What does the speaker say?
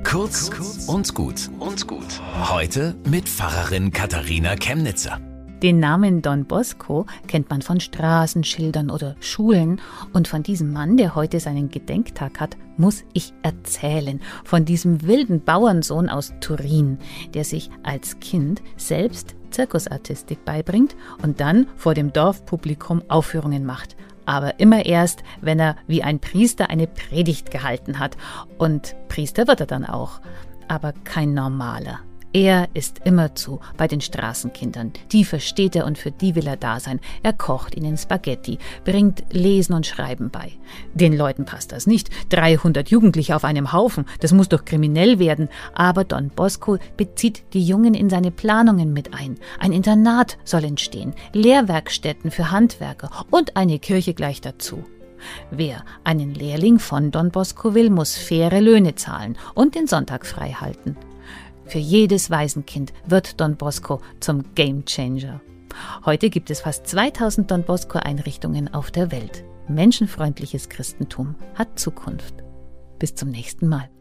Kurz und gut. Heute mit Pfarrerin Katharina Chemnitzer. Den Namen Don Bosco kennt man von Straßenschildern oder Schulen. Und von diesem Mann, der heute seinen Gedenktag hat, muss ich erzählen. Von diesem wilden Bauernsohn aus Turin, der sich als Kind selbst Zirkusartistik beibringt und dann vor dem Dorfpublikum Aufführungen macht. Aber immer erst, wenn er wie ein Priester eine Predigt gehalten hat. Und Priester wird er dann auch, aber kein normaler. Er ist immerzu bei den Straßenkindern. Die versteht er und für die will er da sein. Er kocht ihnen Spaghetti, bringt Lesen und Schreiben bei. Den Leuten passt das nicht. 300 Jugendliche auf einem Haufen, das muss doch kriminell werden. Aber Don Bosco bezieht die Jungen in seine Planungen mit ein. Ein Internat soll entstehen, Lehrwerkstätten für Handwerker und eine Kirche gleich dazu. Wer einen Lehrling von Don Bosco will, muss faire Löhne zahlen und den Sonntag frei halten. Für jedes Waisenkind wird Don Bosco zum Gamechanger. Heute gibt es fast 2000 Don Bosco-Einrichtungen auf der Welt. Menschenfreundliches Christentum hat Zukunft. Bis zum nächsten Mal.